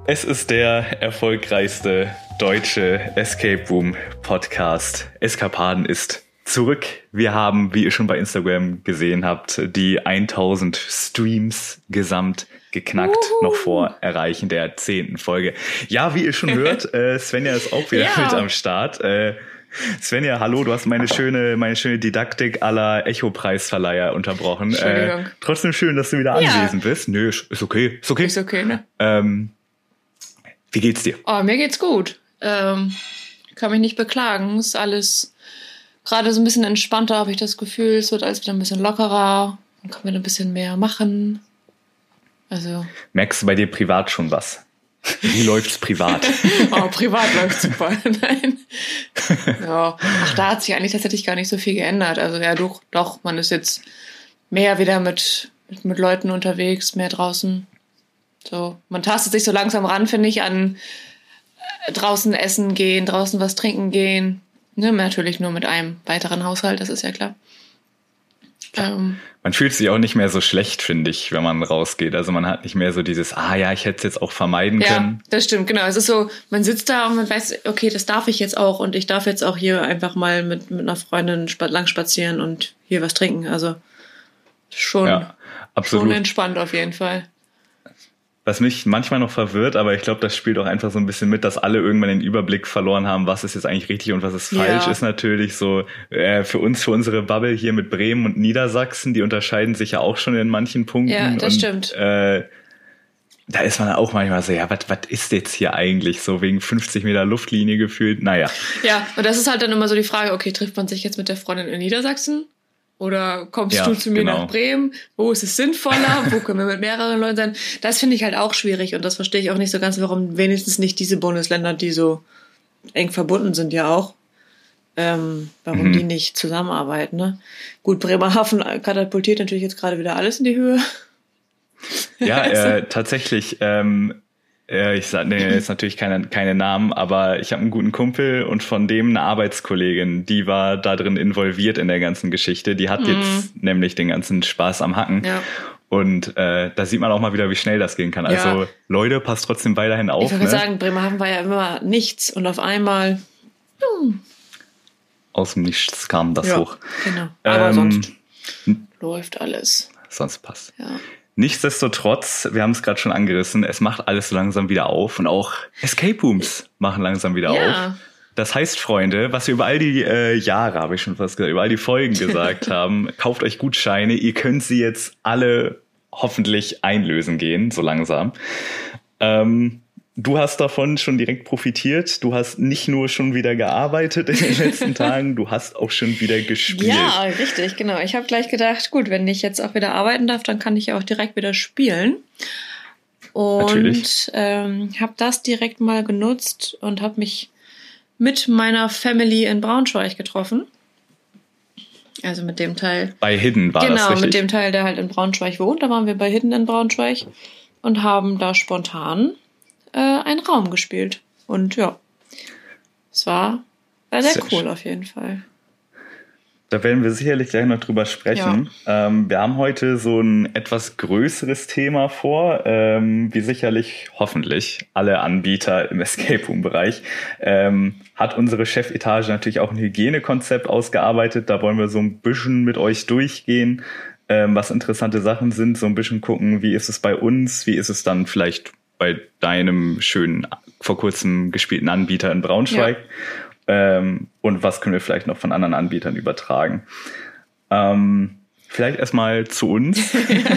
Es ist der erfolgreichste deutsche Escape Room Podcast. Eskapaden ist zurück. Wir haben, wie ihr schon bei Instagram gesehen habt, die 1000 Streams gesamt geknackt, noch vor Erreichen der 10. Folge. Ja, wie ihr schon hört, Svenja ist auch wieder mit am Start. Svenja, hallo, du hast meine schöne Didaktik à la Echo-Preisverleiher unterbrochen. Entschuldigung. Trotzdem schön, dass du wieder anwesend bist. Nö, ist okay. Ist okay, ne? Wie geht's dir? Oh, mir geht's gut. Kann mich nicht beklagen. Ist alles gerade so ein bisschen entspannter, habe ich das Gefühl. Es wird alles wieder ein bisschen lockerer. Man kann wieder ein bisschen mehr machen. Also. Merkst du bei dir privat schon was? Wie läuft's privat? Oh, privat läuft's super. Nein. Ja. Ach, da hat sich eigentlich tatsächlich gar nicht so viel geändert. Also ja, doch, man ist jetzt mehr wieder mit Leuten unterwegs, mehr draußen. So, man tastet sich so langsam ran, finde ich, an draußen essen gehen, draußen was trinken gehen. Ne, natürlich nur mit einem weiteren Haushalt, das ist ja klar. Man fühlt sich auch nicht mehr so schlecht, finde ich, wenn man rausgeht. Also man hat nicht mehr so dieses, ich hätte es jetzt auch vermeiden können. Ja, das stimmt, genau. Es ist so, man sitzt da und man weiß, okay, das darf ich jetzt auch und ich darf jetzt auch hier einfach mal mit einer Freundin lang spazieren und hier was trinken. Also schon entspannt auf jeden Fall. Was mich manchmal noch verwirrt, aber ich glaube, das spielt auch einfach so ein bisschen mit, dass alle irgendwann den Überblick verloren haben, was ist jetzt eigentlich richtig und was ist falsch, ist natürlich so für unsere Bubble hier mit Bremen und Niedersachsen, die unterscheiden sich ja auch schon in manchen Punkten. Ja, das stimmt. Da ist man auch manchmal so, was ist jetzt hier eigentlich so wegen 50 Meter Luftlinie gefühlt? Naja. Ja, und das ist halt dann immer so die Frage, okay, trifft man sich jetzt mit der Freundin in Niedersachsen? Oder kommst du zu mir nach Bremen? Wo ist es sinnvoller? Wo können wir mit mehreren Leuten sein? Das finde ich halt auch schwierig und das verstehe ich auch nicht so ganz, warum wenigstens nicht diese Bundesländer, die so eng verbunden sind ja auch, warum die nicht zusammenarbeiten. Ne? Gut, Bremerhaven katapultiert natürlich jetzt gerade wieder alles in die Höhe. Ja, tatsächlich. Ich sage jetzt natürlich keine Namen, aber ich habe einen guten Kumpel und von dem eine Arbeitskollegin, die war da drin involviert in der ganzen Geschichte. Die hat jetzt nämlich den ganzen Spaß am Hacken. Ja. Und da sieht man auch mal wieder, wie schnell das gehen kann. Also Leute, passt trotzdem weiterhin auf. Ich würde sagen, Bremerhaven war ja immer nichts und auf einmal aus dem Nichts kam das hoch. Genau. Aber sonst läuft alles. Sonst passt. Ja. Nichtsdestotrotz, wir haben es gerade schon angerissen, es macht alles so langsam wieder auf und auch Escape Rooms machen langsam wieder auf. Das heißt, Freunde, was wir über all die Jahre, habe ich schon fast gesagt, über all die Folgen gesagt haben, kauft euch Gutscheine, ihr könnt sie jetzt alle hoffentlich einlösen gehen, so langsam. Du hast davon schon direkt profitiert. Du hast nicht nur schon wieder gearbeitet in den letzten Tagen, du hast auch schon wieder gespielt. Ja, richtig, genau. Ich habe gleich gedacht, gut, wenn ich jetzt auch wieder arbeiten darf, dann kann ich ja auch direkt wieder spielen. Und habe das direkt mal genutzt und habe mich mit meiner Family in Braunschweig getroffen. Also mit dem Teil. Bei Hidden war das richtig? Genau, mit dem Teil, der halt in Braunschweig wohnt. Da waren wir bei Hidden in Braunschweig und haben da spontan einen Raum gespielt. Und ja, es war sehr cool auf jeden Fall. Da werden wir sicherlich gleich noch drüber sprechen. Ja. Wir haben heute so ein etwas größeres Thema vor, wie sicherlich hoffentlich alle Anbieter im Escape Room Bereich. Hat unsere Chefetage natürlich auch ein Hygienekonzept ausgearbeitet. Da wollen wir so ein bisschen mit euch durchgehen, was interessante Sachen sind, so ein bisschen gucken, wie ist es bei uns, wie ist es dann vielleicht bei deinem schönen, vor kurzem gespielten Anbieter in Braunschweig. Ja. Und was können wir vielleicht noch von anderen Anbietern übertragen. Vielleicht erstmal zu uns.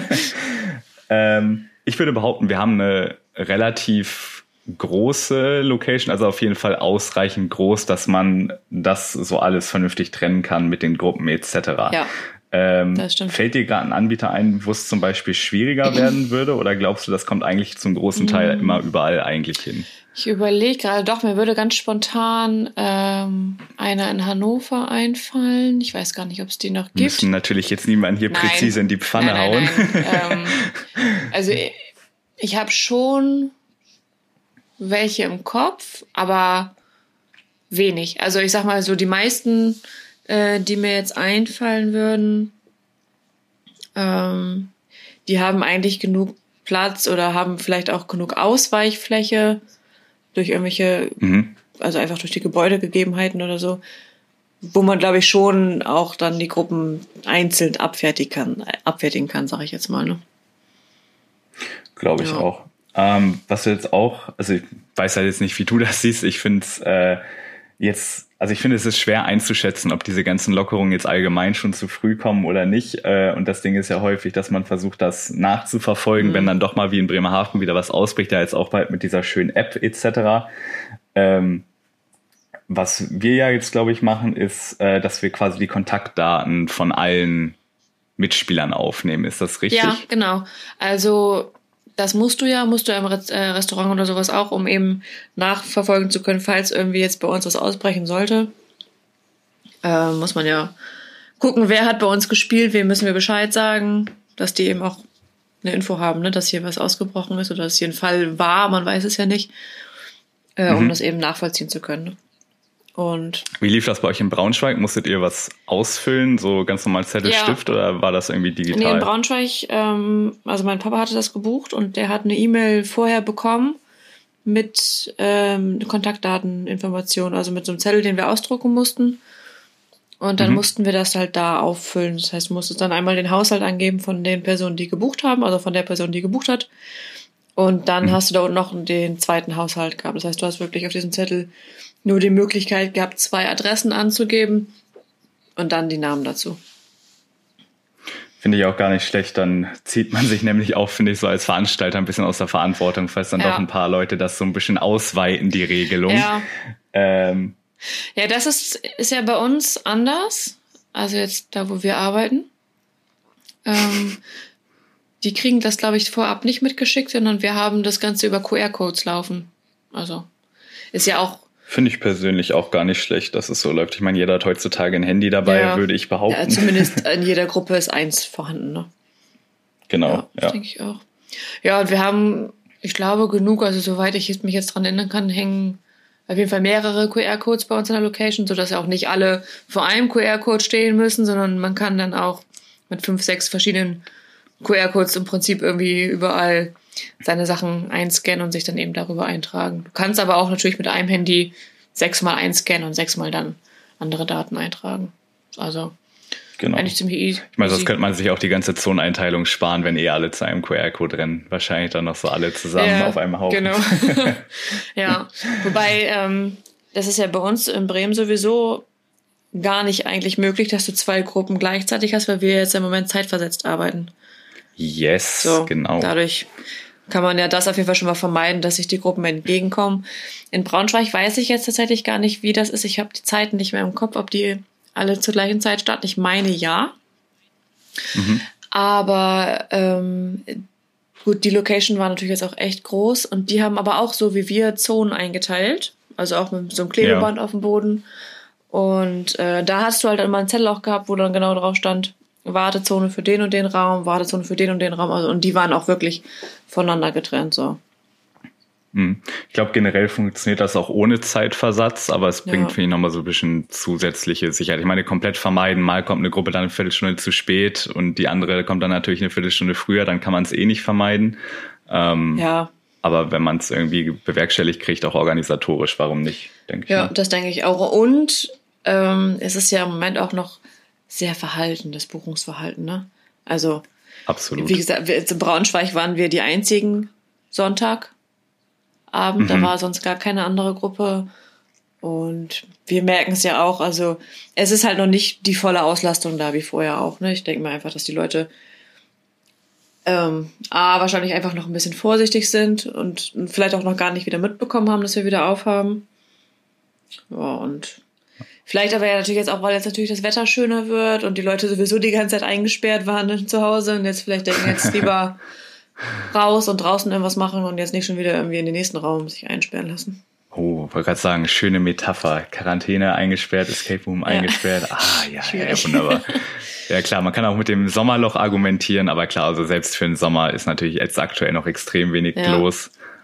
Ich würde behaupten, wir haben eine relativ große Location, also auf jeden Fall ausreichend groß, dass man das so alles vernünftig trennen kann mit den Gruppen etc. Ja. Das stimmt. Fällt dir gerade ein Anbieter ein, wo es zum Beispiel schwieriger werden würde? Oder glaubst du, das kommt eigentlich zum großen Teil immer überall eigentlich hin? Ich überlege gerade, doch, mir würde ganz spontan einer in Hannover einfallen. Ich weiß gar nicht, ob es die noch gibt. Wir müssen natürlich jetzt niemanden hier präzise in die Pfanne hauen. Nein. Also ich habe schon welche im Kopf, aber wenig. Also ich sag mal so, die meisten, die mir jetzt einfallen würden, die haben eigentlich genug Platz oder haben vielleicht auch genug Ausweichfläche durch irgendwelche, also einfach durch die Gebäudegegebenheiten oder so, wo man, glaube ich, schon auch dann die Gruppen einzeln abfertigen kann, sage ich jetzt mal. Ne? Glaube ich auch. Was du jetzt auch, also ich weiß halt jetzt nicht, wie du das siehst, ich finde es ich finde, es ist schwer einzuschätzen, ob diese ganzen Lockerungen jetzt allgemein schon zu früh kommen oder nicht. Und das Ding ist ja häufig, dass man versucht, das nachzuverfolgen, wenn dann doch mal wie in Bremerhaven wieder was ausbricht, ja jetzt auch bald mit dieser schönen App etc. Was wir ja jetzt, glaube ich, machen, ist, dass wir quasi die Kontaktdaten von allen Mitspielern aufnehmen. Ist das richtig? Ja, genau. Also das musst du im Restaurant oder sowas auch, um eben nachverfolgen zu können, falls irgendwie jetzt bei uns was ausbrechen sollte. Muss man ja gucken, wer hat bei uns gespielt, wem müssen wir Bescheid sagen, dass die eben auch eine Info haben, ne, dass hier was ausgebrochen ist oder dass hier ein Fall war, man weiß es ja nicht, um das eben nachvollziehen zu können. Ne? Und wie lief das bei euch in Braunschweig? Musstet ihr was ausfüllen, so ganz normal Zettel, Stift, oder war das irgendwie digital? Nee, in Braunschweig, also mein Papa hatte das gebucht und der hat eine E-Mail vorher bekommen mit Kontaktdateninformationen, also mit so einem Zettel, den wir ausdrucken mussten. Und dann mussten wir das halt da auffüllen. Das heißt, du musstest dann einmal den Haushalt angeben von den Personen, die gebucht haben, also von der Person, die gebucht hat. Und dann hast du da unten noch den zweiten Haushalt gehabt. Das heißt, du hast wirklich auf diesem Zettel nur die Möglichkeit gehabt, 2 Adressen anzugeben und dann die Namen dazu. Finde ich auch gar nicht schlecht. Dann zieht man sich nämlich auch, finde ich, so als Veranstalter ein bisschen aus der Verantwortung, falls dann doch ein paar Leute das so ein bisschen ausweiten, die Regelung. Ja, ja, das ist ja bei uns anders. Also jetzt da, wo wir arbeiten. Die kriegen das, glaube ich, vorab nicht mitgeschickt, sondern wir haben das Ganze über QR-Codes laufen. Also ist ja auch... Finde ich persönlich auch gar nicht schlecht, dass es so läuft. Ich meine, jeder hat heutzutage ein Handy dabei, würde ich behaupten. Ja, zumindest in jeder Gruppe ist eins vorhanden, ne? Genau, ja. Denke ich auch. Ja, und wir haben, ich glaube, genug, also soweit ich mich jetzt dran erinnern kann, hängen auf jeden Fall mehrere QR-Codes bei uns in der Location, sodass ja auch nicht alle vor einem QR-Code stehen müssen, sondern man kann dann auch mit 5, 6 verschiedenen QR-Codes im Prinzip irgendwie überall seine Sachen einscannen und sich dann eben darüber eintragen. Du kannst aber auch natürlich mit einem Handy 6-mal einscannen und 6-mal dann andere Daten eintragen. Also eigentlich ziemlich easy. Ich meine, sonst könnte man sich auch die ganze Zoneneinteilung sparen, wenn alle zu einem QR-Code rennen. Wahrscheinlich dann noch so alle zusammen auf einem Haufen. Genau. Ja, wobei das ist ja bei uns in Bremen sowieso gar nicht eigentlich möglich, dass du 2 Gruppen gleichzeitig hast, weil wir jetzt im Moment zeitversetzt arbeiten. Yes, so, genau. Dadurch kann man ja das auf jeden Fall schon mal vermeiden, dass sich die Gruppen entgegenkommen. In Braunschweig weiß ich jetzt tatsächlich gar nicht, wie das ist. Ich habe die Zeiten nicht mehr im Kopf, ob die alle zur gleichen Zeit starten. Ich meine ja. Aber gut, die Location war natürlich jetzt auch echt groß und die haben aber auch so wie wir Zonen eingeteilt. Also auch mit so einem Klebeband auf dem Boden. Und da hast du halt immer einen Zettel auch gehabt, wo dann genau drauf stand, Wartezone für den und den Raum, Wartezone für den und den Raum. Also, und die waren auch wirklich voneinander getrennt. So. Ich glaube, generell funktioniert das auch ohne Zeitversatz, aber es bringt, finde ich, nochmal so ein bisschen zusätzliche Sicherheit. Ich meine, komplett vermeiden, mal kommt eine Gruppe dann eine Viertelstunde zu spät und die andere kommt dann natürlich eine Viertelstunde früher, dann kann man es nicht vermeiden. Aber wenn man es irgendwie bewerkstelligt kriegt, auch organisatorisch, warum nicht, denke ich. Ja, das denke ich auch. Und es ist ja im Moment auch noch sehr verhalten, das Buchungsverhalten, ne? Also, absolut. Wie gesagt, in Braunschweig waren wir die einzigen Sonntagabend, da war sonst gar keine andere Gruppe und wir merken es ja auch, also es ist halt noch nicht die volle Auslastung da wie vorher auch, ne? Ich denke mir einfach, dass die Leute wahrscheinlich einfach noch ein bisschen vorsichtig sind und vielleicht auch noch gar nicht wieder mitbekommen haben, dass wir wieder aufhaben. Ja, und vielleicht aber ja natürlich jetzt auch, weil jetzt natürlich das Wetter schöner wird und die Leute sowieso die ganze Zeit eingesperrt waren zu Hause und jetzt vielleicht denken, jetzt lieber raus und draußen irgendwas machen und jetzt nicht schon wieder irgendwie in den nächsten Raum sich einsperren lassen. Oh, wollte gerade sagen, schöne Metapher. Quarantäne eingesperrt, Escape Room eingesperrt. Ja, wunderbar. Ja klar, man kann auch mit dem Sommerloch argumentieren, aber klar, also selbst für den Sommer ist natürlich jetzt aktuell noch extrem wenig los.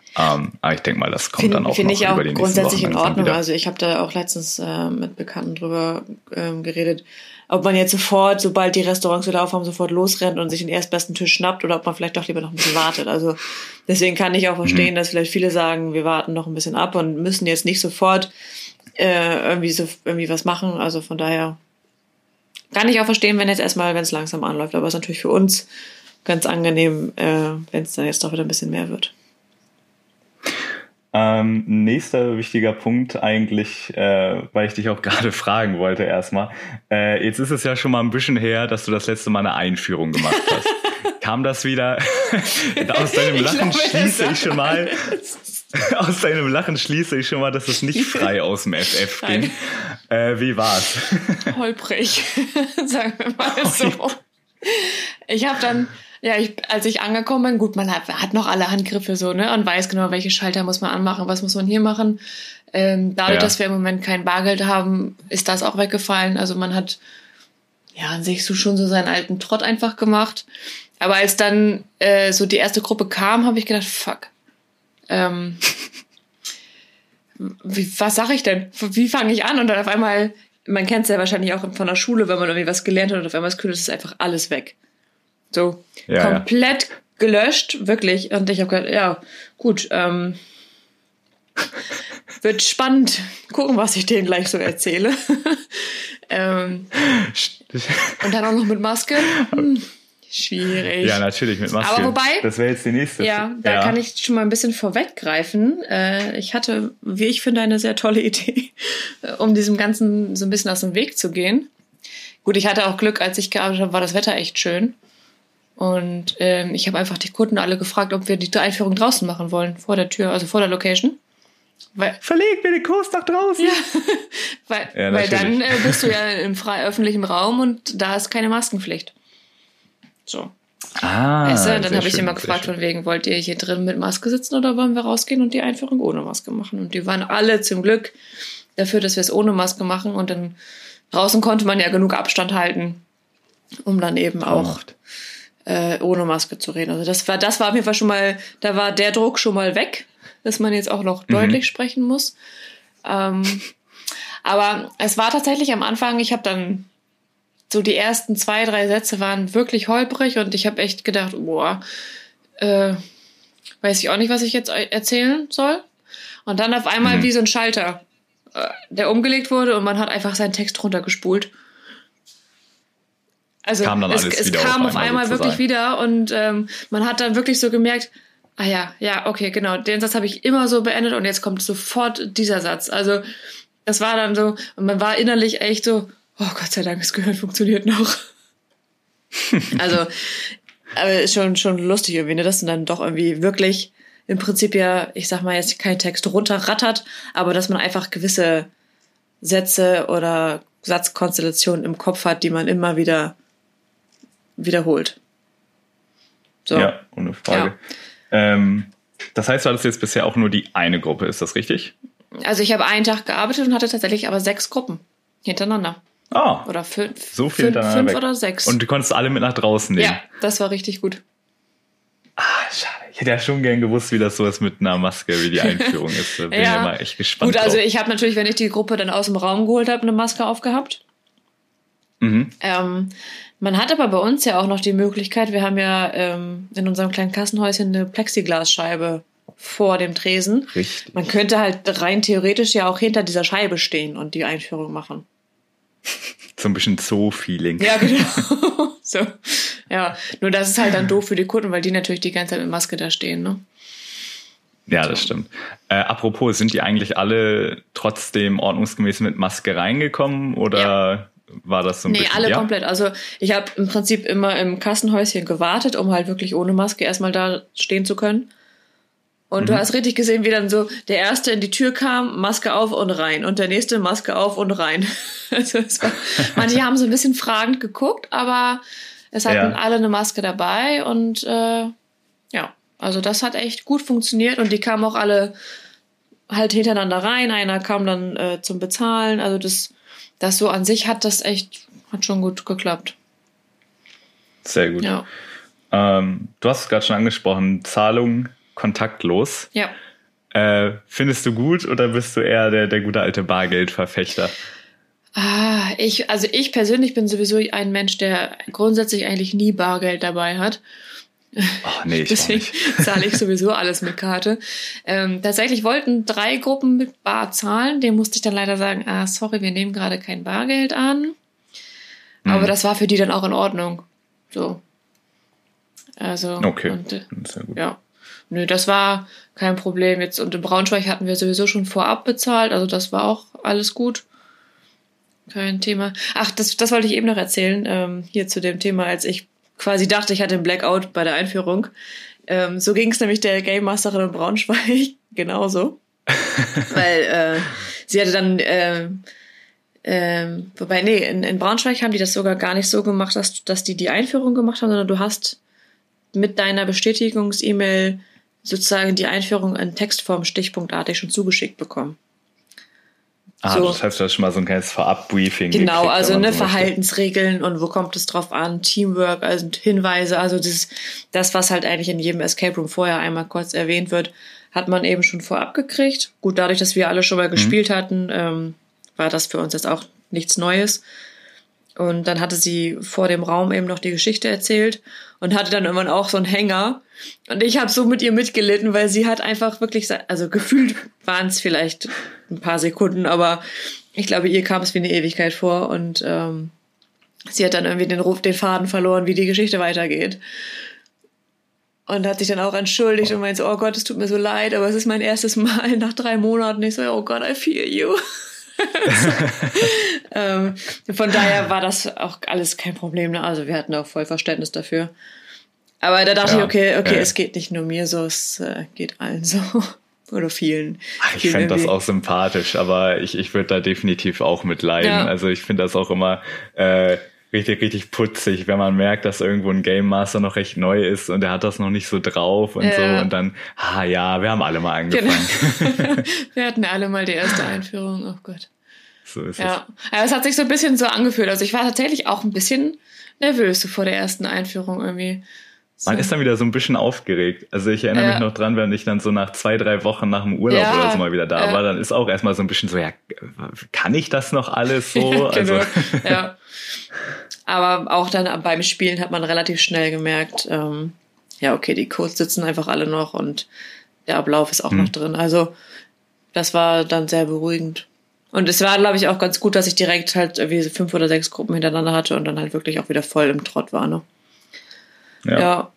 Aber ich denke mal, das kommt dann auch noch über die nächsten Wochen. Finde ich auch grundsätzlich in Ordnung. Also ich habe da auch letztens mit Bekannten drüber geredet, ob man jetzt sofort, sobald die Restaurants wieder aufhaben, sofort losrennt und sich den erstbesten Tisch schnappt oder ob man vielleicht doch lieber noch ein bisschen wartet. Also deswegen kann ich auch verstehen, dass vielleicht viele sagen, wir warten noch ein bisschen ab und müssen jetzt nicht sofort irgendwie was machen. Also von daher kann ich auch verstehen, wenn es langsam anläuft. Aber es ist natürlich für uns ganz angenehm, wenn es dann jetzt doch wieder ein bisschen mehr wird. Nächster wichtiger Punkt eigentlich, weil ich dich auch gerade fragen wollte erstmal. Jetzt ist es ja schon mal ein bisschen her, dass du das letzte Mal eine Einführung gemacht hast. Kam das wieder? Aus deinem Lachen schließe ich schon mal, dass es nicht frei aus dem FF ging. Wie war's? Holprig, sagen wir mal so. Ich habe dann... Ja, als ich angekommen bin, gut, man hat noch alle Handgriffe so, ne, und weiß genau, welche Schalter muss man anmachen, was muss man hier machen. Dadurch, dass wir im Moment kein Bargeld haben, ist das auch weggefallen. Also man hat ja an sich so schon so seinen alten Trott einfach gemacht. Aber als dann so die erste Gruppe kam, habe ich gedacht, fuck. Was sag ich denn? Wie fange ich an? Und dann auf einmal, man kennt es ja wahrscheinlich auch von der Schule, wenn man irgendwie was gelernt hat und auf einmal ist einfach alles weg. So, komplett gelöscht, wirklich. Und ich habe gedacht, ja, gut, wird spannend. Gucken, was ich denen gleich so erzähle. Und dann auch noch mit Maske. Schwierig. Ja, natürlich mit Maske. Aber wobei, das wäre jetzt die nächste. Ja, da kann ich schon mal ein bisschen vorweggreifen. Ich hatte, wie ich finde, eine sehr tolle Idee, um diesem Ganzen so ein bisschen aus dem Weg zu gehen. Gut, ich hatte auch Glück, als ich gearbeitet habe, war das Wetter echt schön. Und ich habe einfach die Kunden alle gefragt, ob wir die Einführung draußen machen wollen, vor der Tür, also vor der Location. Verlegt mir den Kurs nach draußen. Ja, weil dann bist du ja im frei öffentlichen Raum und da ist keine Maskenpflicht. So. Weißt du, dann habe ich immer gefragt, von wegen, wollt ihr hier drin mit Maske sitzen oder wollen wir rausgehen und die Einführung ohne Maske machen? Und die waren alle zum Glück dafür, dass wir es ohne Maske machen. Und dann draußen konnte man ja genug Abstand halten, um dann eben auch ohne Maske zu reden. Also das war auf jeden Fall schon mal, da war der Druck schon mal weg, dass man jetzt auch noch deutlich sprechen muss. Aber es war tatsächlich am Anfang, ich habe dann so die ersten 2, 3 Sätze waren wirklich holprig und ich habe echt gedacht, weiß ich auch nicht, was ich jetzt erzählen soll. Und dann auf einmal wie so ein Schalter, der umgelegt wurde und man hat einfach seinen Text runtergespult. Also es kam auf einmal wirklich wieder und man hat dann wirklich so gemerkt, okay, genau, den Satz habe ich immer so beendet und jetzt kommt sofort dieser Satz. Also das war dann so, und man war innerlich echt so, oh Gott sei Dank, das Gehirn funktioniert noch. Also, aber ist schon lustig irgendwie, ne, dass man dann doch irgendwie wirklich im Prinzip ja, ich sag mal jetzt kein Text runterrattert, aber dass man einfach gewisse Sätze oder Satzkonstellationen im Kopf hat, die man immer wieder wiederholt. So. Ja, ohne Frage. Ja. Das heißt, war das jetzt bisher auch nur die eine Gruppe, ist das richtig? Also ich habe einen Tag gearbeitet und hatte tatsächlich aber 6 Gruppen hintereinander. Oder 5. So viel hintereinander 5 oder 6. Und du konntest alle mit nach draußen nehmen? Ja, das war richtig gut. Schade. Ich hätte ja schon gern gewusst, wie das so ist mit einer Maske, wie die Einführung ist. Da bin ich immer echt gespannt drauf. Also ich habe natürlich, wenn ich die Gruppe dann aus dem Raum geholt habe, eine Maske aufgehabt. Man hat aber bei uns ja auch noch die Möglichkeit, wir haben ja in unserem kleinen Kassenhäuschen eine Plexiglasscheibe vor dem Tresen. Richtig. Man könnte halt rein theoretisch ja auch hinter dieser Scheibe stehen und die Einführung machen. So ein bisschen Zoo-Feeling. Ja, genau. So. Ja, nur das ist halt dann doof für die Kunden, weil die natürlich die ganze Zeit mit Maske da stehen, ne? Ja, das stimmt. Apropos, sind die eigentlich alle trotzdem ordnungsgemäß mit Maske reingekommen oder war das so ein bisschen? Nee, alle komplett. Also ich habe im Prinzip immer im Kassenhäuschen gewartet, um halt wirklich ohne Maske erstmal da stehen zu können. Und du hast richtig gesehen, wie dann so der Erste in die Tür kam, Maske auf und rein. Und der Nächste Maske auf und rein. Also manche haben so ein bisschen fragend geguckt, aber es hatten alle eine Maske dabei. Und also das hat echt gut funktioniert. Und die kamen auch alle halt hintereinander rein. Einer kam dann zum Bezahlen. Also das so an sich hat schon gut geklappt. Sehr gut. Ja. Du hast es gerade schon angesprochen, Zahlung kontaktlos. Ja. Findest du gut oder bist du eher der gute alte Bargeldverfechter? Ich persönlich bin sowieso ein Mensch, der grundsätzlich eigentlich nie Bargeld dabei hat. Nee, deswegen zahle ich sowieso alles mit Karte. Tatsächlich wollten 3 Gruppen mit Bar zahlen. Dem musste ich dann leider sagen, sorry, wir nehmen gerade kein Bargeld an. Aber das war für die dann auch in Ordnung. So. Also. Okay. Sehr gut. Ja. Nö, das war kein Problem jetzt. Und in Braunschweig hatten wir sowieso schon vorab bezahlt. Also das war auch alles gut. Kein Thema. Ach, das wollte ich eben noch erzählen. Hier zu dem Thema, als ich quasi dachte, ich hatte einen Blackout bei der Einführung. So ging es nämlich der Game Masterin in Braunschweig genauso. Weil sie hatte dann, in Braunschweig haben die das sogar gar nicht so gemacht, dass die Einführung gemacht haben, sondern du hast mit deiner Bestätigungs-E-Mail sozusagen die Einführung in Textform stichpunktartig schon zugeschickt bekommen. So. Das heißt, du hast schon mal so ein kleines Vorab-Briefing Genau, gekriegt, also so Verhaltensregeln und wo kommt es drauf an, Teamwork, also Hinweise, also das, was halt eigentlich in jedem Escape Room vorher einmal kurz erwähnt wird, hat man eben schon vorab gekriegt. Gut, dadurch, dass wir alle schon mal gespielt hatten, war das für uns jetzt auch nichts Neues. Und dann hatte sie vor dem Raum eben noch die Geschichte erzählt und hatte dann irgendwann auch so einen Hänger. Und ich habe so mit ihr mitgelitten, weil sie hat einfach wirklich, also gefühlt waren es vielleicht ein paar Sekunden, aber ich glaube, ihr kam es wie eine Ewigkeit vor. Und sie hat dann irgendwie den Faden verloren, wie die Geschichte weitergeht. Und hat sich dann auch entschuldigt und meint so, oh Gott, es tut mir so leid, aber es ist mein erstes Mal nach 3 Monaten. Ich so, oh Gott, I feel you. Von daher war das auch alles kein Problem. Ne? Also wir hatten auch voll Verständnis dafür. Aber da dachte ich, okay, es geht nicht nur mir so, es geht allen so. Oder vielen. Ich fände das auch sympathisch, aber ich würde da definitiv auch mit leiden. Ja. Also ich finde das auch immer richtig, richtig putzig, wenn man merkt, dass irgendwo ein Game Master noch recht neu ist und er hat das noch nicht so drauf und so und dann, wir haben alle mal angefangen. Genau. Wir hatten alle mal die erste Einführung, oh Gott. So ist es. Ja, aber es hat sich so ein bisschen so angefühlt. Also ich war tatsächlich auch ein bisschen nervös so vor der ersten Einführung irgendwie. So. Man ist dann wieder so ein bisschen aufgeregt. Also ich erinnere mich noch dran, wenn ich dann so nach 2-3 Wochen nach dem Urlaub oder so mal wieder da war, dann ist auch erstmal so ein bisschen so, kann ich das noch alles so? Genau. Also. Ja. Aber auch dann beim Spielen hat man relativ schnell gemerkt, okay, die Codes sitzen einfach alle noch und der Ablauf ist auch noch drin. Also das war dann sehr beruhigend. Und es war, glaube ich, auch ganz gut, dass ich direkt halt irgendwie 5 oder 6 Gruppen hintereinander hatte und dann halt wirklich auch wieder voll im Trott war, ne? Ja.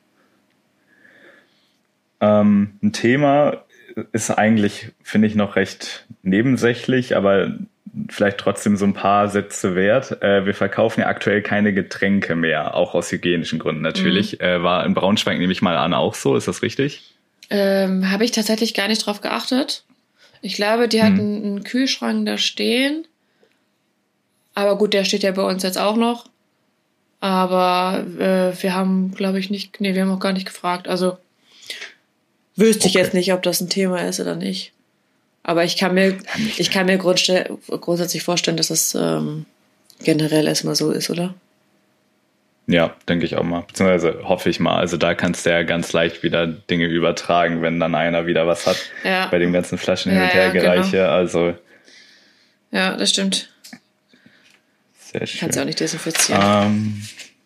Ein Thema ist eigentlich, finde ich, noch recht nebensächlich, aber vielleicht trotzdem so ein paar Sätze wert. Wir verkaufen ja aktuell keine Getränke mehr, auch aus hygienischen Gründen natürlich. War in Braunschweig, nehme ich mal an, auch so. Ist das richtig? Habe ich tatsächlich gar nicht drauf geachtet. Ich glaube, die hatten einen Kühlschrank da stehen. Aber gut, der steht ja bei uns jetzt auch noch. Aber wir haben, glaube ich, wir haben auch gar nicht gefragt. Also wüsste ich jetzt nicht, ob das ein Thema ist oder nicht. Aber ich kann mir grundsätzlich vorstellen, dass das generell erstmal so ist, oder? Ja, denke ich auch mal. Beziehungsweise hoffe ich mal. Also da kannst du ja ganz leicht wieder Dinge übertragen, wenn dann einer wieder was hat. Ja. Bei den ganzen Flaschen hin und her Gereiche. Genau. Also. Ja, das stimmt. Sehr schön. Kannst du auch nicht desinfizieren.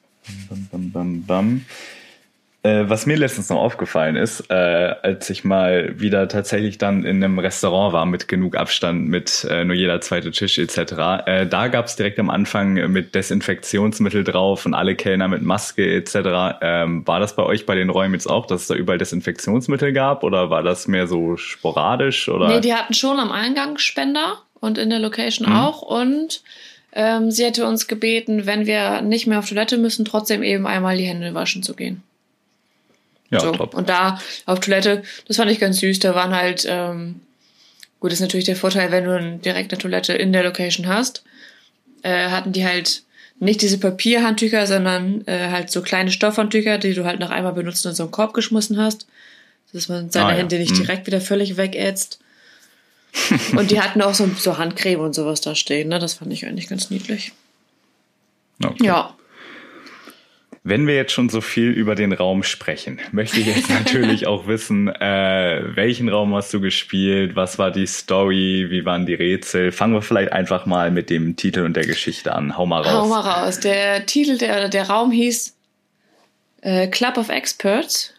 Was mir letztens noch aufgefallen ist, als ich mal wieder tatsächlich dann in einem Restaurant war mit genug Abstand, mit nur jeder zweite Tisch etc., da gab es direkt am Anfang mit Desinfektionsmittel drauf und alle Kellner mit Maske etc. War das bei euch bei den Räumen jetzt auch, dass es da überall Desinfektionsmittel gab oder war das mehr so sporadisch? Oder? Nee, die hatten schon am Eingang Spender und in der Location auch und sie hätte uns gebeten, wenn wir nicht mehr auf Toilette müssen, trotzdem eben einmal die Hände waschen zu gehen. Ja, so. Top. Und da auf Toilette, das fand ich ganz süß, da waren halt, gut, ist natürlich der Vorteil, wenn du direkt eine Toilette in der Location hast, hatten die halt nicht diese Papierhandtücher, sondern halt so kleine Stoffhandtücher, die du halt nach einmal benutzt und in so einen Korb geschmissen hast, dass man seine Hände nicht direkt wieder völlig wegätzt. Und die hatten auch so Handcreme und sowas da stehen, ne? Das fand ich eigentlich ganz niedlich. Okay. Ja. Wenn wir jetzt schon so viel über den Raum sprechen, möchte ich jetzt natürlich auch wissen, welchen Raum hast du gespielt, was war die Story, wie waren die Rätsel? Fangen wir vielleicht einfach mal mit dem Titel und der Geschichte an. Hau mal raus. Hau mal raus. Der Titel, der Raum hieß Club of Experts.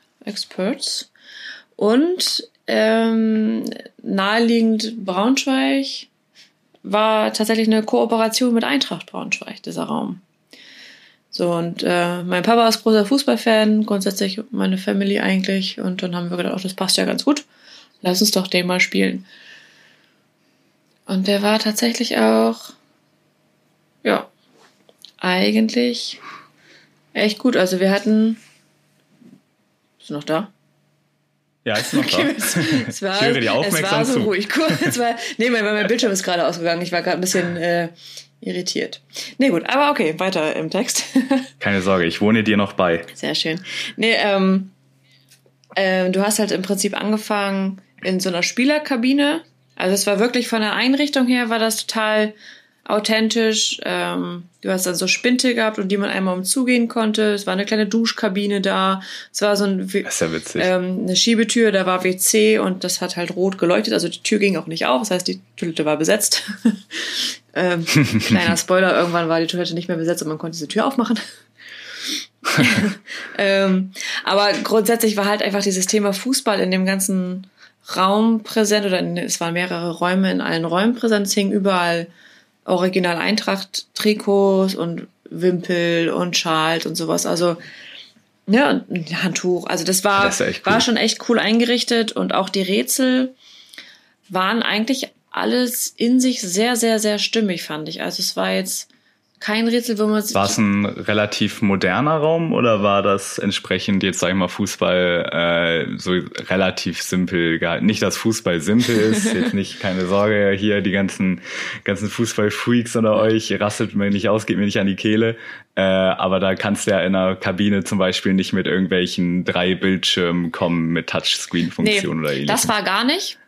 Und naheliegend Braunschweig war tatsächlich eine Kooperation mit Eintracht Braunschweig, dieser Raum. So, und mein Papa ist großer Fußballfan, grundsätzlich meine Family eigentlich. Und dann haben wir gedacht, das passt ja ganz gut. Lass uns doch den mal spielen. Und der war tatsächlich auch, ja, eigentlich echt gut. Also wir hatten... Bist du noch da? Ja, ich bin noch da. Es war so ruhig. Mein Bildschirm ist gerade ausgegangen. Ich war gerade ein bisschen... irritiert. Nee, gut, aber okay, weiter im Text. Keine Sorge, ich wohne dir noch bei. Sehr schön. Nee, du hast halt im Prinzip angefangen in so einer Spielerkabine. Also es war wirklich von der Einrichtung her, war das total authentisch. Du hast dann so Spinte gehabt, um die man einmal umzugehen konnte. Es war eine kleine Duschkabine da. Es war so das ist ja witzig. Eine Schiebetür, da war WC und das hat halt rot geleuchtet. Also die Tür ging auch nicht auf, das heißt, die Toilette war besetzt. Kleiner Spoiler, irgendwann war die Toilette nicht mehr besetzt und man konnte diese Tür aufmachen. Aber grundsätzlich war halt einfach dieses Thema Fußball in dem ganzen Raum präsent, oder es waren mehrere Räume in allen Räumen präsent. Es hingen überall Original Eintracht-Trikots und Wimpel und Schals und sowas. Also, ja, und ein Handtuch. Also das war schon echt cool eingerichtet und auch die Rätsel waren eigentlich alles in sich sehr, sehr, sehr stimmig, fand ich. Also es war jetzt kein Rätsel, wo man... War es ein relativ moderner Raum oder war das entsprechend jetzt, sag ich mal, Fußball so relativ simpel gehalten? Nicht, dass Fußball simpel ist, jetzt nicht, keine Sorge, hier die ganzen Fußballfreaks unter euch, rasselt mir nicht aus, geht mir nicht an die Kehle. Aber da kannst du ja in einer Kabine zum Beispiel nicht mit irgendwelchen 3 Bildschirmen kommen mit Touchscreen-Funktion oder ähnlichem. Das war gar nicht.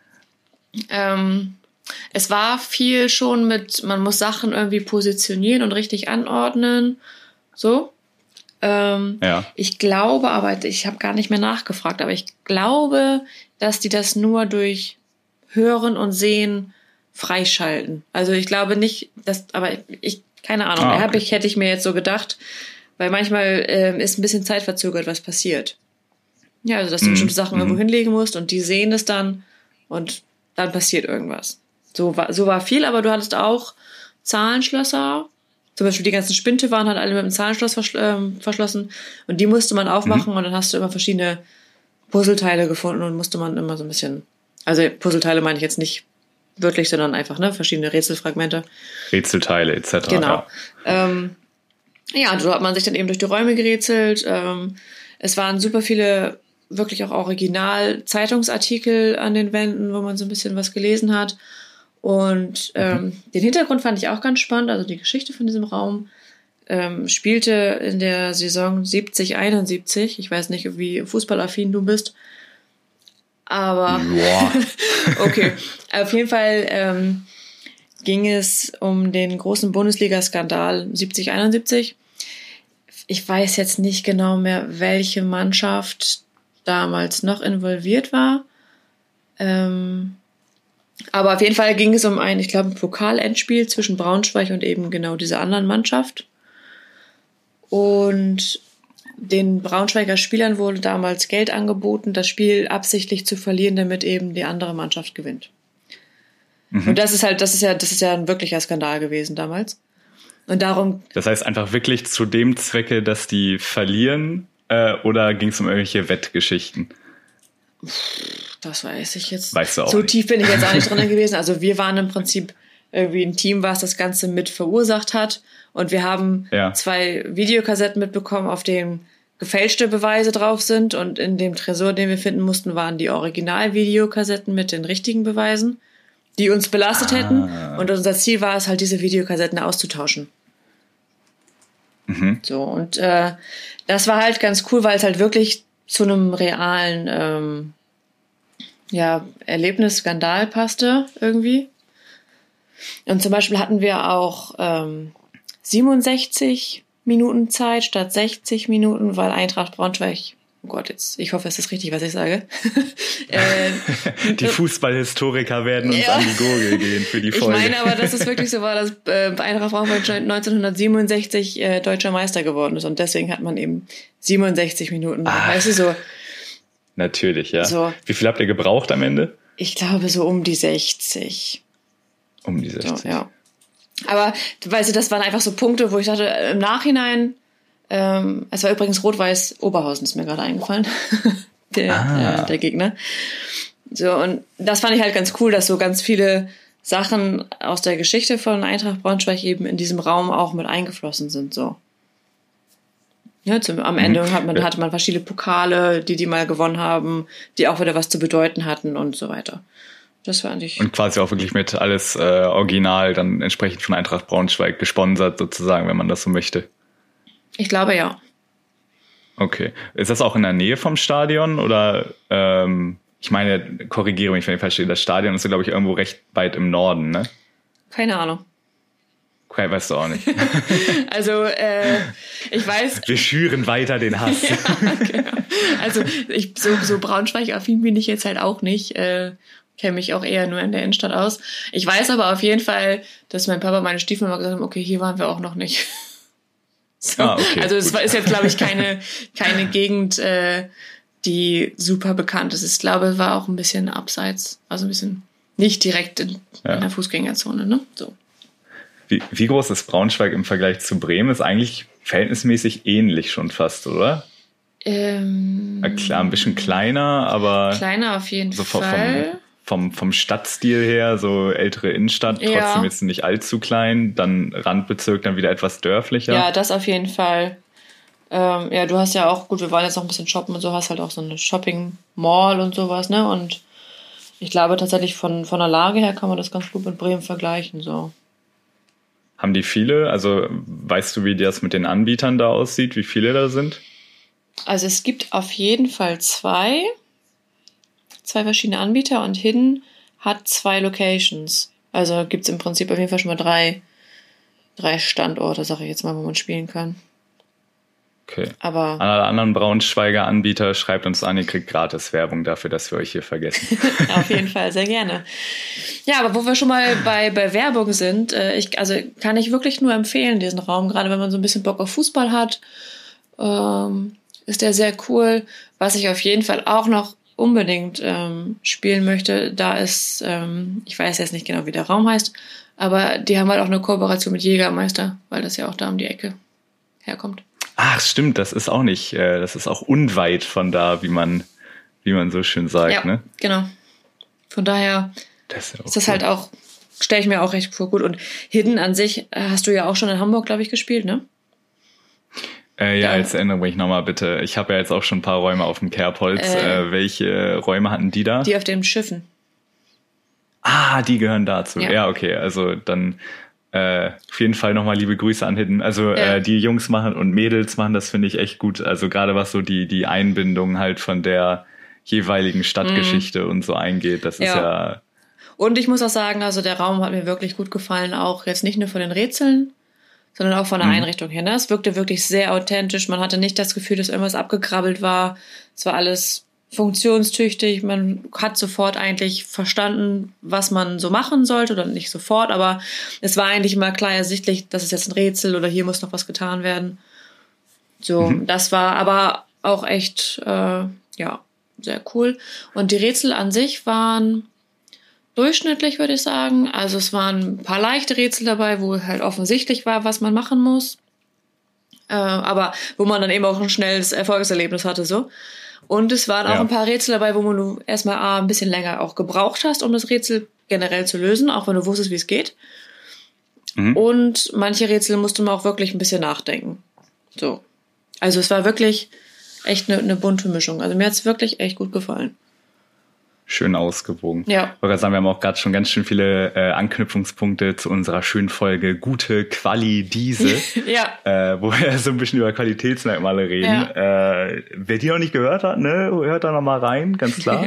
Es war viel schon mit, man muss Sachen irgendwie positionieren und richtig anordnen. So. Ja. Ich glaube, aber ich habe gar nicht mehr nachgefragt, aber ich glaube, dass die das nur durch Hören und Sehen freischalten. Also ich glaube nicht, aber keine Ahnung, okay. Hätte ich mir jetzt so gedacht, weil manchmal ist ein bisschen zeitverzögert, was passiert. Ja, also dass du bestimmte Sachen irgendwo hinlegen musst und die sehen es dann und dann passiert irgendwas. So war viel, aber du hattest auch Zahlenschlösser. Zum Beispiel die ganzen Spinte waren halt alle mit einem Zahlenschloss verschlossen. Und die musste man aufmachen und dann hast du immer verschiedene Puzzleteile gefunden und musste man immer so ein bisschen... Also Puzzleteile meine ich jetzt nicht wörtlich, sondern einfach verschiedene Rätselfragmente. Rätselteile etc. Genau. Ja, so hat man sich dann eben durch die Räume gerätselt. Es waren super viele wirklich auch Original-Zeitungsartikel an den Wänden, wo man so ein bisschen was gelesen hat. Und den Hintergrund fand ich auch ganz spannend, also die Geschichte von diesem Raum spielte in der Saison 70/71. Ich weiß nicht, wie fußballaffin du bist, aber okay. Auf jeden Fall ging es um den großen Bundesliga-Skandal 70/71. Ich weiß jetzt nicht genau mehr, welche Mannschaft damals noch involviert war. Aber auf jeden Fall ging es um ein Pokal-Endspiel zwischen Braunschweig und eben genau dieser anderen Mannschaft. Und den Braunschweiger Spielern wurde damals Geld angeboten, das Spiel absichtlich zu verlieren, damit eben die andere Mannschaft gewinnt. Und das ist ja ein wirklicher Skandal gewesen damals. Und darum. Das heißt einfach wirklich zu dem Zwecke, dass die verlieren, oder ging es um irgendwelche Wettgeschichten? Das weiß ich jetzt. Weißt du auch so nicht. Tief bin ich jetzt auch nicht drin gewesen. Also wir waren im Prinzip irgendwie ein Team, was das Ganze mit verursacht hat. Und wir haben 2 Videokassetten mitbekommen, auf denen gefälschte Beweise drauf sind. Und in dem Tresor, den wir finden mussten, waren die Original-Videokassetten mit den richtigen Beweisen, die uns belastet hätten. Und unser Ziel war es halt, diese Videokassetten auszutauschen. So, und das war halt ganz cool, weil es halt wirklich zu einem realen Erlebnis, Skandal passte irgendwie. Und zum Beispiel hatten wir auch 67 Minuten Zeit statt 60 Minuten, weil Eintracht Braunschweig, oh Gott, jetzt, ich hoffe, es ist richtig, was ich sage. Die Fußballhistoriker werden uns an die Gurgel gehen für die Folge. Ich meine aber, dass es wirklich so war, dass Eintracht Braunschweig 1967 deutscher Meister geworden ist und deswegen hat man eben 67 Minuten. Weißt du, so. Natürlich, ja. So. Wie viel habt ihr gebraucht am Ende? Ich glaube, so um die 60. Um die 60. So, ja. Aber, weißt du, das waren einfach so Punkte, wo ich dachte, im Nachhinein, es war übrigens Rot-Weiß Oberhausen, ist mir gerade eingefallen, der Gegner. So, und das fand ich halt ganz cool, dass so ganz viele Sachen aus der Geschichte von Eintracht Braunschweig eben in diesem Raum auch mit eingeflossen sind, so. Ja, am Ende hatte man verschiedene Pokale, die mal gewonnen haben, die auch wieder was zu bedeuten hatten und so weiter. Das fand ich. Und quasi auch wirklich mit alles original dann entsprechend von Eintracht Braunschweig gesponsert sozusagen, wenn man das so möchte. Ich glaube, ja. Okay. Ist das auch in der Nähe vom Stadion oder, ich meine, korrigiere mich, wenn ich falsch stehe, das Stadion ist, glaube ich, irgendwo recht weit im Norden, ne? Keine Ahnung. Okay, weißt du auch nicht. Also, ich weiß... Wir schüren weiter den Hass. Ja, genau. Also, so Braunschweig-affin bin ich jetzt halt auch nicht. Kenne mich auch eher nur in der Innenstadt aus. Ich weiß aber auf jeden Fall, dass mein Papa und meine Stiefmama gesagt haben, okay, hier waren wir auch noch nicht. So. Okay, also es ist jetzt, glaube ich, keine Gegend, die super bekannt ist. Ich glaube, es war auch ein bisschen abseits, also ein bisschen nicht direkt in der Fußgängerzone, ne? So. Wie groß ist Braunschweig im Vergleich zu Bremen? Ist eigentlich verhältnismäßig ähnlich schon fast, oder? Klar, ein bisschen kleiner, aber... Kleiner auf jeden Fall. Vom Stadtstil her, so ältere Innenstadt, trotzdem jetzt nicht allzu klein. Dann Randbezirk, dann wieder etwas dörflicher. Ja, das auf jeden Fall. Ja, du hast ja auch, gut, wir wollen jetzt noch ein bisschen shoppen und so, hast halt auch so eine Shopping-Mall und sowas, ne? Und ich glaube tatsächlich von der Lage her kann man das ganz gut mit Bremen vergleichen, so. Haben die viele? Also weißt du, wie das mit den Anbietern da aussieht, wie viele da sind? Also es gibt auf jeden Fall zwei verschiedene Anbieter und Hidden hat 2 Locations. Also gibt es im Prinzip auf jeden Fall schon mal 3 Standorte, sage ich jetzt mal, wo man spielen kann. Okay. Aber an alle anderen Braunschweiger Anbieter, schreibt uns an, ihr kriegt gratis Werbung dafür, dass wir euch hier vergessen. Auf jeden Fall, sehr gerne. Ja, aber wo wir schon mal bei Werbung sind, kann ich wirklich nur empfehlen, diesen Raum, gerade wenn man so ein bisschen Bock auf Fußball hat, ist der sehr cool. Was ich auf jeden Fall auch noch unbedingt spielen möchte, da ist, ich weiß jetzt nicht genau, wie der Raum heißt, aber die haben halt auch eine Kooperation mit Jägermeister, weil das ja auch da um die Ecke herkommt. Ach, stimmt, das ist auch nicht, das ist auch unweit von da, wie man so schön sagt, ja, ne? Genau. Von daher ist das halt auch, stelle ich mir auch recht gut. Und Hidden an sich hast du ja auch schon in Hamburg, glaube ich, gespielt, ne? Ja, jetzt erinnere mich nochmal bitte. Ich habe ja jetzt auch schon ein paar Räume auf dem Kerbholz. Welche Räume hatten die da? Die auf den Schiffen. Ah, die gehören dazu. Ja, okay. Also dann auf jeden Fall nochmal liebe Grüße an Hidden. Also die Jungs machen und Mädels machen das, finde ich, echt gut. Also gerade was so die Einbindung halt von der jeweiligen Stadtgeschichte und so eingeht. Das ist ja... Und ich muss auch sagen, also der Raum hat mir wirklich gut gefallen. Auch jetzt nicht nur von den Rätseln, sondern auch von der Einrichtung her. Ne? Es wirkte wirklich sehr authentisch. Man hatte nicht das Gefühl, dass irgendwas abgekrabbelt war. Es war alles funktionstüchtig. Man hat sofort eigentlich verstanden, was man so machen sollte. Oder nicht sofort, aber es war eigentlich immer klar ersichtlich, das ist jetzt ein Rätsel oder hier muss noch was getan werden. So, das war aber auch echt, sehr cool. Und die Rätsel an sich waren durchschnittlich, würde ich sagen. Also es waren ein paar leichte Rätsel dabei, wo halt offensichtlich war, was man machen muss. Aber wo man dann eben auch ein schnelles Erfolgserlebnis hatte, so. Und es waren auch ein paar Rätsel dabei, wo du erstmal ein bisschen länger auch gebraucht hast, um das Rätsel generell zu lösen, auch wenn du wusstest, wie es geht. Und manche Rätsel musste man auch wirklich ein bisschen nachdenken. So. Also es war wirklich echt eine bunte Mischung. Also mir hat es wirklich echt gut gefallen. Schön ausgewogen. Ja. Ich wollte sagen, wir haben auch gerade schon ganz schön viele Anknüpfungspunkte zu unserer schönen Folge Gute Quali diese, wo wir so ein bisschen über Qualitätsmerkmale reden. Ja. Wer die noch nicht gehört hat, ne, hört da noch mal rein, ganz klar.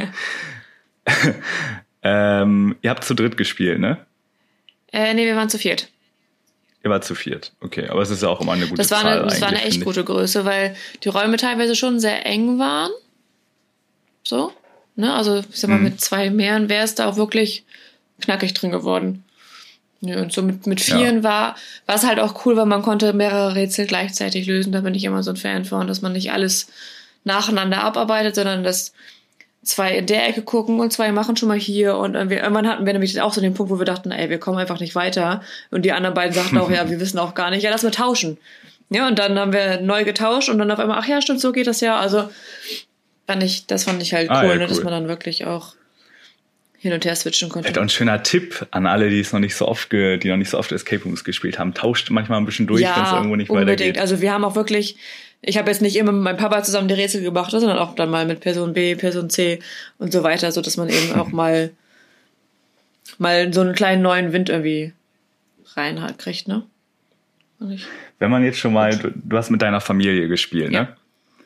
Ihr habt zu dritt gespielt, ne? Nee, wir waren zu viert. Ihr wart zu viert, okay. Aber es ist ja auch immer eine gute Zahl. Das war eine echt gute Größe, weil die Räume teilweise schon sehr eng waren. So, ne? Also ich sag mal, mit 2 Mehren wäre es da auch wirklich knackig drin geworden. Ja, und so mit 4 war es halt auch cool, weil man konnte mehrere Rätsel gleichzeitig lösen. Da bin ich immer so ein Fan von, dass man nicht alles nacheinander abarbeitet, sondern dass 2 in der Ecke gucken und 2 machen schon mal hier. Und irgendwann hatten wir nämlich auch so den Punkt, wo wir dachten, ey, wir kommen einfach nicht weiter. Und die anderen beiden sagten auch, ja, wir wissen auch gar nicht, ja, lass mal tauschen. Ja, und dann haben wir neu getauscht und dann auf einmal, ach ja, stimmt, so geht das ja. Also das fand ich halt cool, cool. Ne, dass man dann wirklich auch hin und her switchen konnte. Vielleicht auch ein schöner Tipp an alle, die noch nicht so oft Escape Rooms gespielt haben. Tauscht manchmal ein bisschen durch, wenn es irgendwo nicht weitergeht. Also wir haben auch wirklich, ich habe jetzt nicht immer mit meinem Papa zusammen die Rätsel gemacht, sondern auch dann mal mit Person B, Person C und so weiter, so dass man eben auch mal so einen kleinen neuen Wind irgendwie kriegt, ne? Wenn man jetzt schon mal, du hast mit deiner Familie gespielt, ne?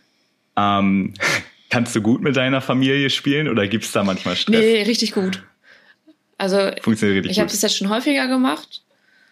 Kannst du gut mit deiner Familie spielen oder gibt es da manchmal Stress? Nee, richtig gut. Also funktioniert richtig ich habe das jetzt schon häufiger gemacht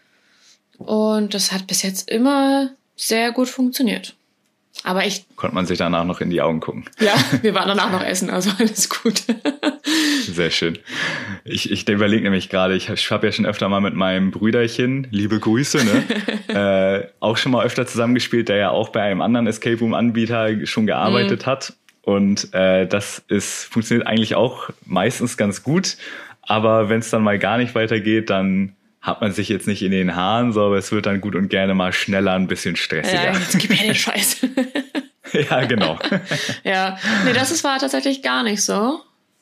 und das hat bis jetzt immer sehr gut funktioniert. Aber konnte man sich danach noch in die Augen gucken? Ja, wir waren danach noch essen, also alles gut. Sehr schön. Ich überlege nämlich gerade, ich habe ja schon öfter mal mit meinem Brüderchen, liebe Grüße, ne, auch schon mal öfter zusammengespielt, der ja auch bei einem anderen Escape Room Anbieter schon gearbeitet hat. Und das funktioniert eigentlich auch meistens ganz gut. Aber wenn es dann mal gar nicht weitergeht, dann hat man sich jetzt nicht in den Haaren, so, aber es wird dann gut und gerne mal schneller, ein bisschen stressiger. Ja, jetzt gib mir den Scheiß. Ja, genau. Ja, nee, das war tatsächlich gar nicht so.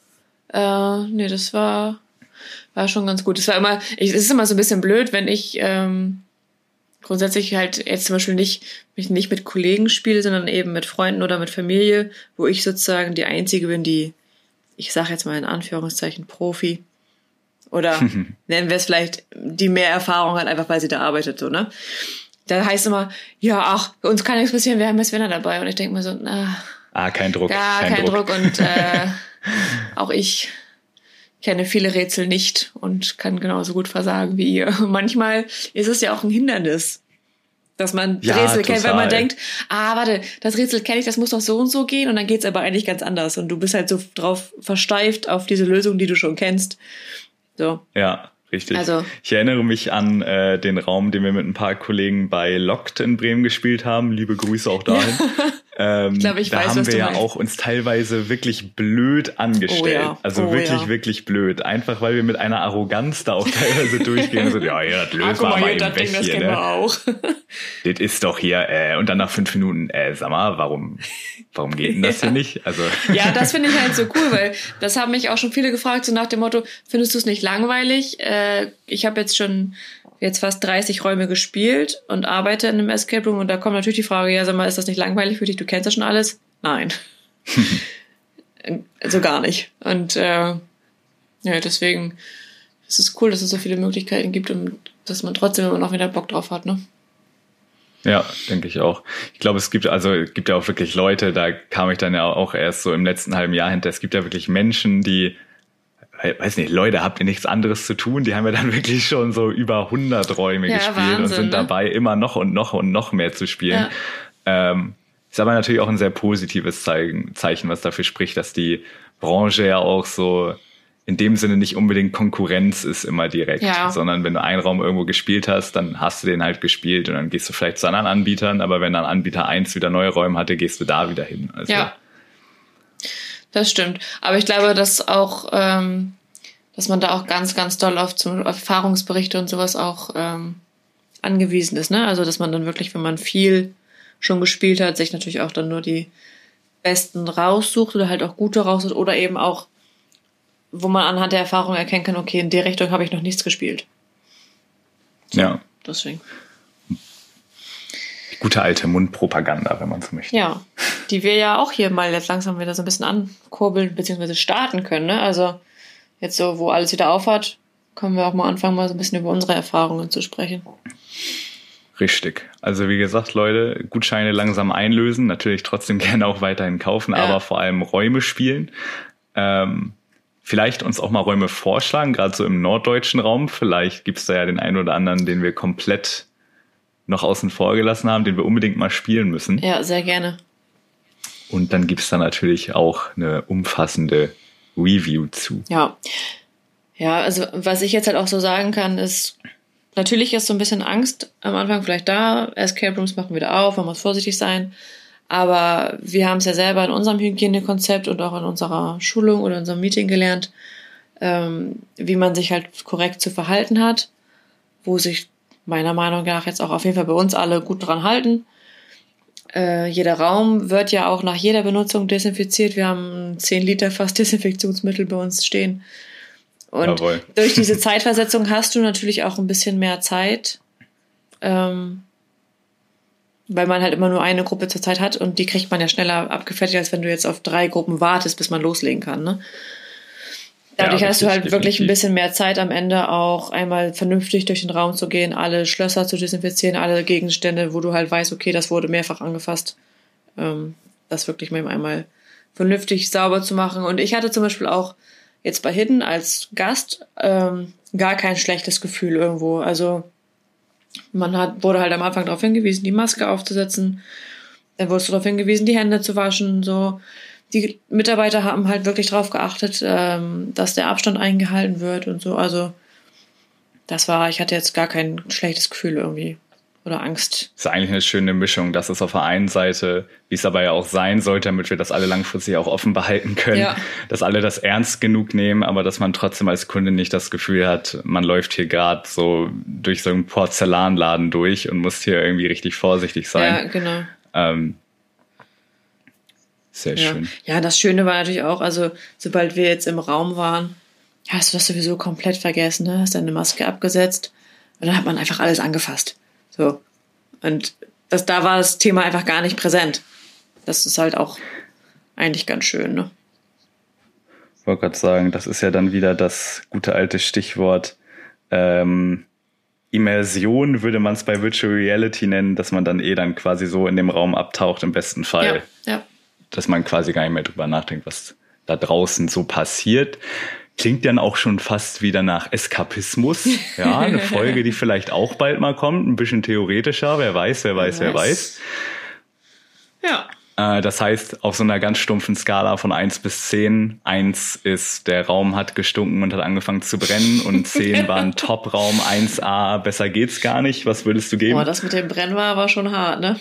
Nee, das war schon ganz gut. Es ist immer so ein bisschen blöd, wenn ich grundsätzlich halt jetzt zum Beispiel mich nicht mit Kollegen spiele, sondern eben mit Freunden oder mit Familie, wo ich sozusagen die Einzige bin, die, ich sage jetzt mal in Anführungszeichen, Profi oder nennen wir es vielleicht, die mehr Erfahrung hat, einfach weil sie da arbeitet, so, ne? Da heißt immer, ja, ach, bei uns kann nichts passieren, wir haben jetzt Winner dabei. Und ich denke mir so, kein Druck. Ja, kein Druck. Und auch ich kenne viele Rätsel nicht und kann genauso gut versagen wie ihr. Manchmal ist es ja auch ein Hindernis, dass man Rätsel kennt, weil man denkt, warte, das Rätsel kenne ich, das muss doch so und so gehen und dann geht's aber eigentlich ganz anders und du bist halt so drauf versteift auf diese Lösung, die du schon kennst. So. Ja, richtig. Also, ich erinnere mich an den Raum, den wir mit ein paar Kollegen bei Locked in Bremen gespielt haben. Liebe Grüße auch dahin. Ich glaube, ich weiß, was du meinst. Da haben wir ja auch uns teilweise wirklich blöd angestellt. Wirklich blöd. Einfach, weil wir mit einer Arroganz da auch teilweise durchgehen. So, ja, das lösen wir mal eben weg hier. Ne? Auch. Das ist doch hier. Und dann nach 5 Minuten, sag mal, warum geht denn das hier nicht? Also ja, das finde ich halt so cool, weil das haben mich auch schon viele gefragt, so nach dem Motto, findest du es nicht langweilig? Ich habe jetzt fast 30 Räume gespielt und arbeite in einem Escape Room und da kommt natürlich die Frage, ja, sag mal, ist das nicht langweilig für dich? Du kennst ja schon alles? Nein. Also gar nicht. Und deswegen ist es cool, dass es so viele Möglichkeiten gibt und dass man trotzdem immer noch wieder Bock drauf hat, ne? Ja, denke ich auch. Ich glaube, es gibt ja auch wirklich Leute, da kam ich dann ja auch erst so im letzten halben Jahr hinter, es gibt ja wirklich Menschen, die, weiß nicht, Leute, habt ihr nichts anderes zu tun? Die haben ja dann wirklich schon so über 100 Räume gespielt, Wahnsinn, und sind dabei, immer noch und noch und noch mehr zu spielen. Ja. Ist aber natürlich auch ein sehr positives Zeichen, was dafür spricht, dass die Branche ja auch so in dem Sinne nicht unbedingt Konkurrenz ist immer direkt, sondern wenn du einen Raum irgendwo gespielt hast, dann hast du den halt gespielt und dann gehst du vielleicht zu anderen Anbietern, aber wenn dann Anbieter 1 wieder neue Räume hatte, gehst du da wieder hin. Also, ja, das stimmt. Aber ich glaube, dass auch, dass man da auch ganz, ganz doll auf Erfahrungsberichte und sowas auch angewiesen ist, ne? Also, dass man dann wirklich, wenn man viel schon gespielt hat, sich natürlich auch dann nur die Besten raussucht oder halt auch gute raussucht oder eben auch, wo man anhand der Erfahrung erkennen kann, okay, in der Richtung habe ich noch nichts gespielt. So, ja. Deswegen. Die gute alte Mundpropaganda, wenn man so möchte. Ja, die wir ja auch hier mal jetzt langsam wieder so ein bisschen ankurbeln bzw. starten können, ne? Also jetzt so, wo alles wieder aufhat, können wir auch mal anfangen, mal so ein bisschen über unsere Erfahrungen zu sprechen. Richtig. Also wie gesagt, Leute, Gutscheine langsam einlösen, natürlich trotzdem gerne auch weiterhin kaufen, aber vor allem Räume spielen. Vielleicht uns auch mal Räume vorschlagen, gerade so im norddeutschen Raum. Vielleicht gibt's da ja den einen oder anderen, den wir komplett noch außen vor gelassen haben, den wir unbedingt mal spielen müssen. Ja, sehr gerne. Und dann gibt es da natürlich auch eine umfassende Review zu. Ja. Ja, also was ich jetzt halt auch so sagen kann, ist, natürlich ist so ein bisschen Angst am Anfang vielleicht da. Escape Rooms machen wieder auf, man muss vorsichtig sein. Aber wir haben es ja selber in unserem Hygienekonzept und auch in unserer Schulung oder in unserem Meeting gelernt, wie man sich halt korrekt zu verhalten hat, wo sich meiner Meinung nach jetzt auch auf jeden Fall bei uns alle gut dran halten. Jeder Raum wird ja auch nach jeder Benutzung desinfiziert. Wir haben 10 Liter fast Desinfektionsmittel bei uns stehen. Und Jawohl. Durch diese Zeitversetzung hast du natürlich auch ein bisschen mehr Zeit, weil man halt immer nur eine Gruppe zur Zeit hat und die kriegt man ja schneller abgefertigt, als wenn du jetzt auf 3 Gruppen wartest, bis man loslegen kann, ne? Dadurch hast du halt wirklich ein bisschen mehr Zeit am Ende auch einmal vernünftig durch den Raum zu gehen, alle Schlösser zu desinfizieren, alle Gegenstände, wo du halt weißt, okay, das wurde mehrfach angefasst, das wirklich mal einmal vernünftig sauber zu machen. Und ich hatte zum Beispiel auch jetzt bei Hidden als Gast gar kein schlechtes Gefühl irgendwo. Also wurde halt am Anfang darauf hingewiesen, die Maske aufzusetzen, dann wurdest du darauf hingewiesen, die Hände zu waschen, so. Die Mitarbeiter haben halt wirklich darauf geachtet, dass der Abstand eingehalten wird und so. Also ich hatte jetzt gar kein schlechtes Gefühl irgendwie oder Angst. Das ist eigentlich eine schöne Mischung, dass es auf der einen Seite, wie es dabei ja auch sein sollte, damit wir das alle langfristig auch offen behalten können, dass alle das ernst genug nehmen, aber dass man trotzdem als Kunde nicht das Gefühl hat, man läuft hier gerade so durch so einen Porzellanladen durch und muss hier irgendwie richtig vorsichtig sein. Ja, genau. Sehr schön. Ja, das Schöne war natürlich auch, also sobald wir jetzt im Raum waren, hast du das sowieso komplett vergessen, ne? Hast deine Maske abgesetzt und dann hat man einfach alles angefasst. So. Und da war das Thema einfach gar nicht präsent. Das ist halt auch eigentlich ganz schön, ne? Ich wollte gerade sagen, das ist ja dann wieder das gute alte Stichwort Immersion würde man es bei Virtual Reality nennen, dass man dann dann quasi so in dem Raum abtaucht, im besten Fall. Ja. Dass man quasi gar nicht mehr drüber nachdenkt, was da draußen so passiert. Klingt dann auch schon fast wieder nach Eskapismus. Ja, eine Folge, die vielleicht auch bald mal kommt. Ein bisschen theoretischer. Wer weiß. Ja. Das heißt, auf so einer ganz stumpfen Skala von 1 bis 10. 1 ist, der Raum hat gestunken und hat angefangen zu brennen. Und 10 war ein Top-Raum. 1A, besser geht's gar nicht. Was würdest du geben? Boah, das mit dem Brennen war aber schon hart, ne?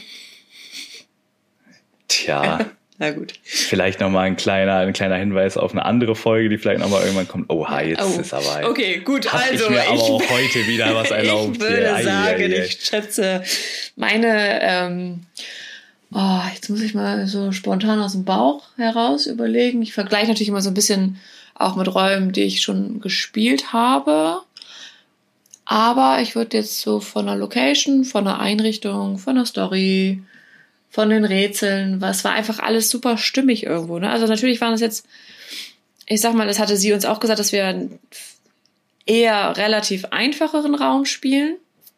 Tja. Na gut. Vielleicht nochmal ein kleiner Hinweis auf eine andere Folge, die vielleicht nochmal irgendwann kommt. Ist aber... Okay, gut, hab also... ich mir aber auch heute wieder was erlaubt. Ich würde sagen, ich schätze meine... jetzt muss ich mal so spontan aus dem Bauch heraus überlegen. Ich vergleiche natürlich immer so ein bisschen auch mit Räumen, die ich schon gespielt habe. Aber ich würde jetzt so von der Location, von der Einrichtung, von der Story... von den Rätseln, was war einfach alles super stimmig irgendwo, ne? Also natürlich waren es jetzt, ich sag mal, das hatte sie uns auch gesagt, dass wir einen eher relativ einfacheren Raum spielen.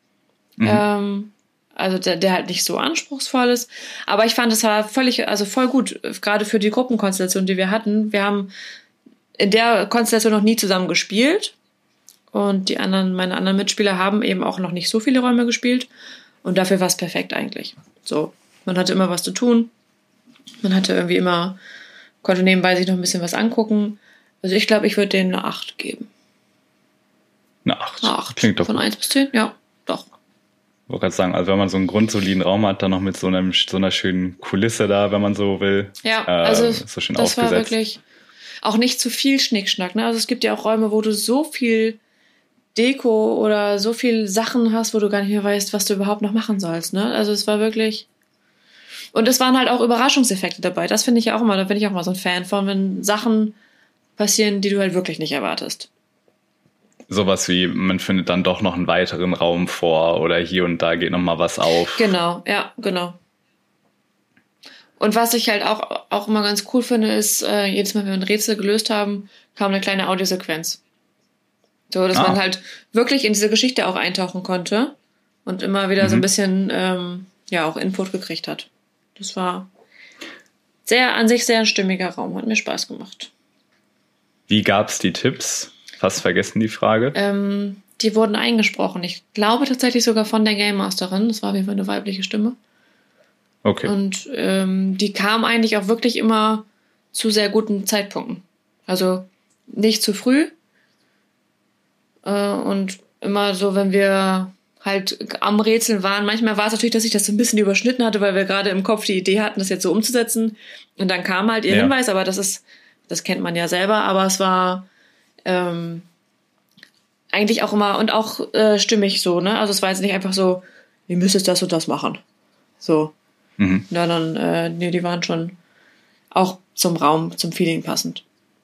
Also der halt nicht so anspruchsvoll ist. Aber ich fand, es war voll gut, gerade für die Gruppenkonstellation, die wir hatten. Wir haben in der Konstellation noch nie zusammen gespielt. Und meine anderen Mitspieler haben eben auch noch nicht so viele Räume gespielt. Und dafür war es perfekt eigentlich. So. Man hatte immer was zu tun. Man konnte nebenbei sich noch ein bisschen was angucken. Also ich glaube, ich würde denen eine 8 geben. Eine 8? Eine 8. Klingt doch von gut. 1 bis 10, ja, doch. Ich wollte gerade sagen, also wenn man so einen grundsoliden Raum hat, dann noch mit so einer schönen Kulisse da, wenn man so will. Ja, also so schön das aufgesetzt. war wirklich auch nicht zu viel Schnickschnack. Ne? Also es gibt ja auch Räume, wo du so viel Deko oder so viel Sachen hast, wo du gar nicht mehr weißt, was du überhaupt noch machen sollst. Ne? Also es war wirklich... Und es waren halt auch Überraschungseffekte dabei. Das finde ich ja auch immer, da bin ich auch mal so ein Fan von, wenn Sachen passieren, die du halt wirklich nicht erwartest. Sowas wie, man findet dann doch noch einen weiteren Raum vor oder hier und da geht noch mal was auf. Genau, ja, genau. Und was ich halt auch immer ganz cool finde, ist, jedes Mal, wenn wir ein Rätsel gelöst haben, kam eine kleine Audiosequenz. So, dass man halt wirklich in diese Geschichte auch eintauchen konnte und immer wieder so ein bisschen auch Input gekriegt hat. Das war an sich sehr ein stimmiger Raum. Hat mir Spaß gemacht. Wie gab's die Tipps? Fast vergessen die Frage. die wurden eingesprochen. Ich glaube tatsächlich sogar von der Game Masterin. Das war auf jeden Fall eine weibliche Stimme. Okay. Und die kam eigentlich auch wirklich immer zu sehr guten Zeitpunkten. Also nicht zu früh. Und immer so, wenn wir halt am Rätseln waren. Manchmal war es natürlich, dass ich das so ein bisschen überschnitten hatte, weil wir gerade im Kopf die Idee hatten, das jetzt so umzusetzen. Und dann kam halt ihr Hinweis, aber das kennt man ja selber. Aber es war eigentlich auch immer und auch stimmig so, ne? Also es war jetzt nicht einfach so, ihr müsst jetzt das und das machen. So. Mhm. Ja, dann, die waren schon auch zum Raum, zum Feeling passend.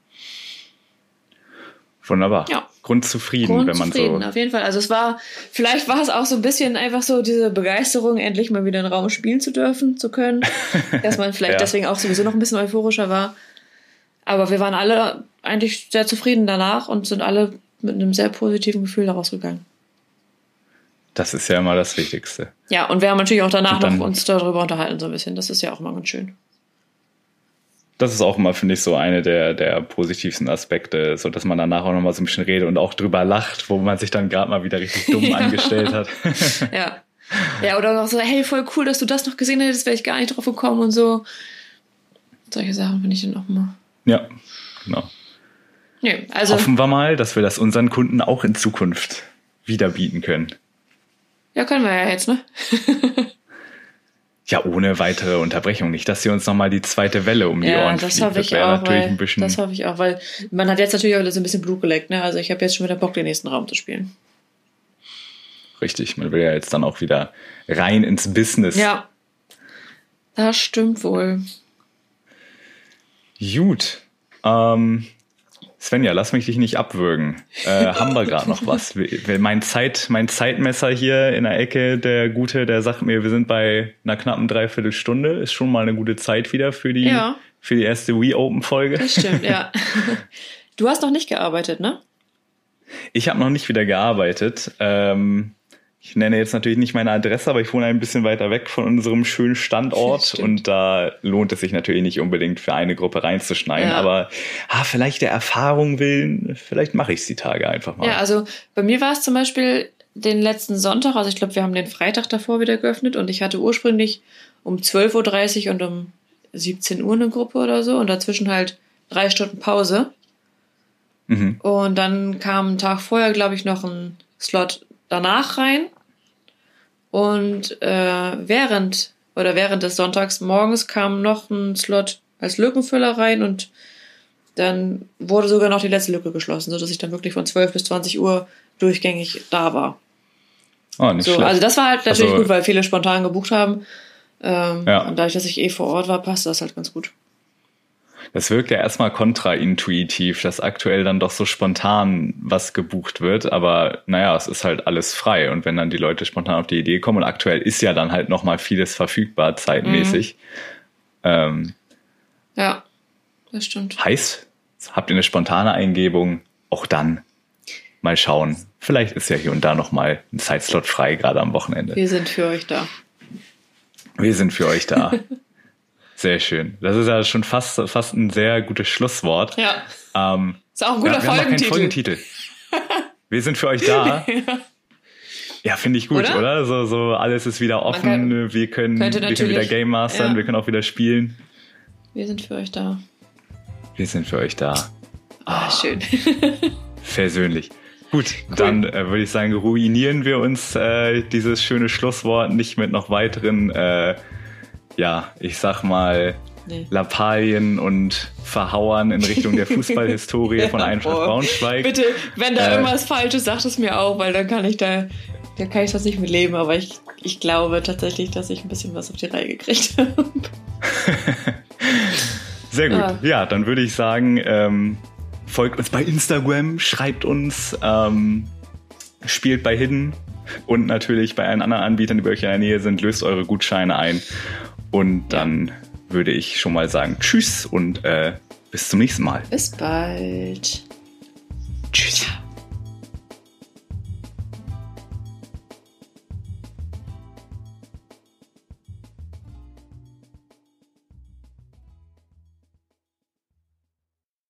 Wunderbar. Ja. Grundzufrieden, wenn man so... Auf jeden Fall. Also vielleicht war es auch so ein bisschen einfach so diese Begeisterung, endlich mal wieder einen Raum spielen zu können, dass man vielleicht deswegen auch sowieso noch ein bisschen euphorischer war. Aber wir waren alle eigentlich sehr zufrieden danach und sind alle mit einem sehr positiven Gefühl daraus gegangen. Das ist ja immer das Wichtigste. Ja, und wir haben natürlich auch danach noch uns darüber unterhalten so ein bisschen. Das ist ja auch immer ganz schön. Das ist auch immer, finde ich, so eine der positivsten Aspekte, so dass man danach auch nochmal so ein bisschen redet und auch drüber lacht, wo man sich dann gerade mal wieder richtig dumm angestellt hat. Ja, oder auch so, hey, voll cool, dass du das noch gesehen hättest, wäre ich gar nicht drauf gekommen und so. Solche Sachen finde ich dann auch immer. Ja, genau. Nee, also hoffen wir mal, dass wir das unseren Kunden auch in Zukunft wieder bieten können. Ja, können wir ja jetzt, ne? Ja, ohne weitere Unterbrechung. Nicht, dass sie uns nochmal die zweite Welle um die Ohren fliegt. Das hoffe ich auch, das hoffe ich auch, weil man hat jetzt natürlich auch so ein bisschen Blut geleckt, ne? Also ich habe jetzt schon wieder Bock, den nächsten Raum zu spielen. Richtig, man will ja jetzt dann auch wieder rein ins Business. Ja, das stimmt wohl. Gut. Svenja, lass mich dich nicht abwürgen. Haben wir gerade noch was? Mein Zeitmesser hier in der Ecke, der Gute, der sagt mir, wir sind bei einer knappen Dreiviertelstunde. Ist schon mal eine gute Zeit wieder für die erste Wii Open-Folge. Das stimmt, ja. Du hast noch nicht gearbeitet, ne? Ich habe noch nicht wieder gearbeitet. Ich nenne jetzt natürlich nicht meine Adresse, aber ich wohne ein bisschen weiter weg von unserem schönen Standort und da lohnt es sich natürlich nicht unbedingt für eine Gruppe reinzuschneiden, aber vielleicht der Erfahrung willen, vielleicht mache ich es die Tage einfach mal. Ja, also bei mir war es zum Beispiel den letzten Sonntag, also ich glaube, wir haben den Freitag davor wieder geöffnet und ich hatte ursprünglich um 12.30 Uhr und um 17 Uhr eine Gruppe oder so und dazwischen halt 3 Stunden Pause. Mhm. Und dann kam einen Tag vorher, glaube ich, noch ein Slot danach rein und während des Sonntags morgens kam noch ein Slot als Lückenfüller rein und dann wurde sogar noch die letzte Lücke geschlossen, sodass ich dann wirklich von 12 bis 20 Uhr durchgängig da war. Oh, nicht schlecht. Also das war halt natürlich gut, weil viele spontan gebucht haben. Und dadurch, dass ich vor Ort war, passte das halt ganz gut. Das wirkt ja erstmal kontraintuitiv, dass aktuell dann doch so spontan was gebucht wird, aber naja, es ist halt alles frei und wenn dann die Leute spontan auf die Idee kommen und aktuell ist ja dann halt nochmal vieles verfügbar, zeitmäßig. Ja, das stimmt. Heißt, habt ihr eine spontane Eingebung, auch dann mal schauen. Vielleicht ist ja hier und da nochmal ein Zeitslot frei, gerade am Wochenende. Wir sind für euch da. Wir sind für euch da. Sehr schön. Das ist ja schon fast ein sehr gutes Schlusswort. Ja. Ist auch ein guter Folgentitel. Wir haben noch keinen Folgentitel. Wir sind für euch da. Ja, finde ich gut, oder? So alles ist wieder offen. Wir können wieder Game Mastern, wir können auch wieder spielen. Wir sind für euch da. Wir sind für euch da. Schön. Versöhnlich. Gut, cool. Dann würde ich sagen, ruinieren wir uns dieses schöne Schlusswort nicht mit noch weiteren ich sag mal, Lappalien und Verhauern in Richtung der Fußballhistorie von Eintracht Braunschweig. Bitte, wenn da irgendwas falsch ist, sag es mir auch, weil dann kann ich das nicht mit leben, aber ich glaube tatsächlich, dass ich ein bisschen was auf die Reihe gekriegt habe. Sehr gut. Ja, dann würde ich sagen, folgt uns bei Instagram, schreibt uns, spielt bei Hidden und natürlich bei allen anderen Anbietern, die bei euch in der Nähe sind, löst eure Gutscheine ein. Und dann würde ich schon mal sagen, tschüss und bis zum nächsten Mal. Bis bald. Tschüss.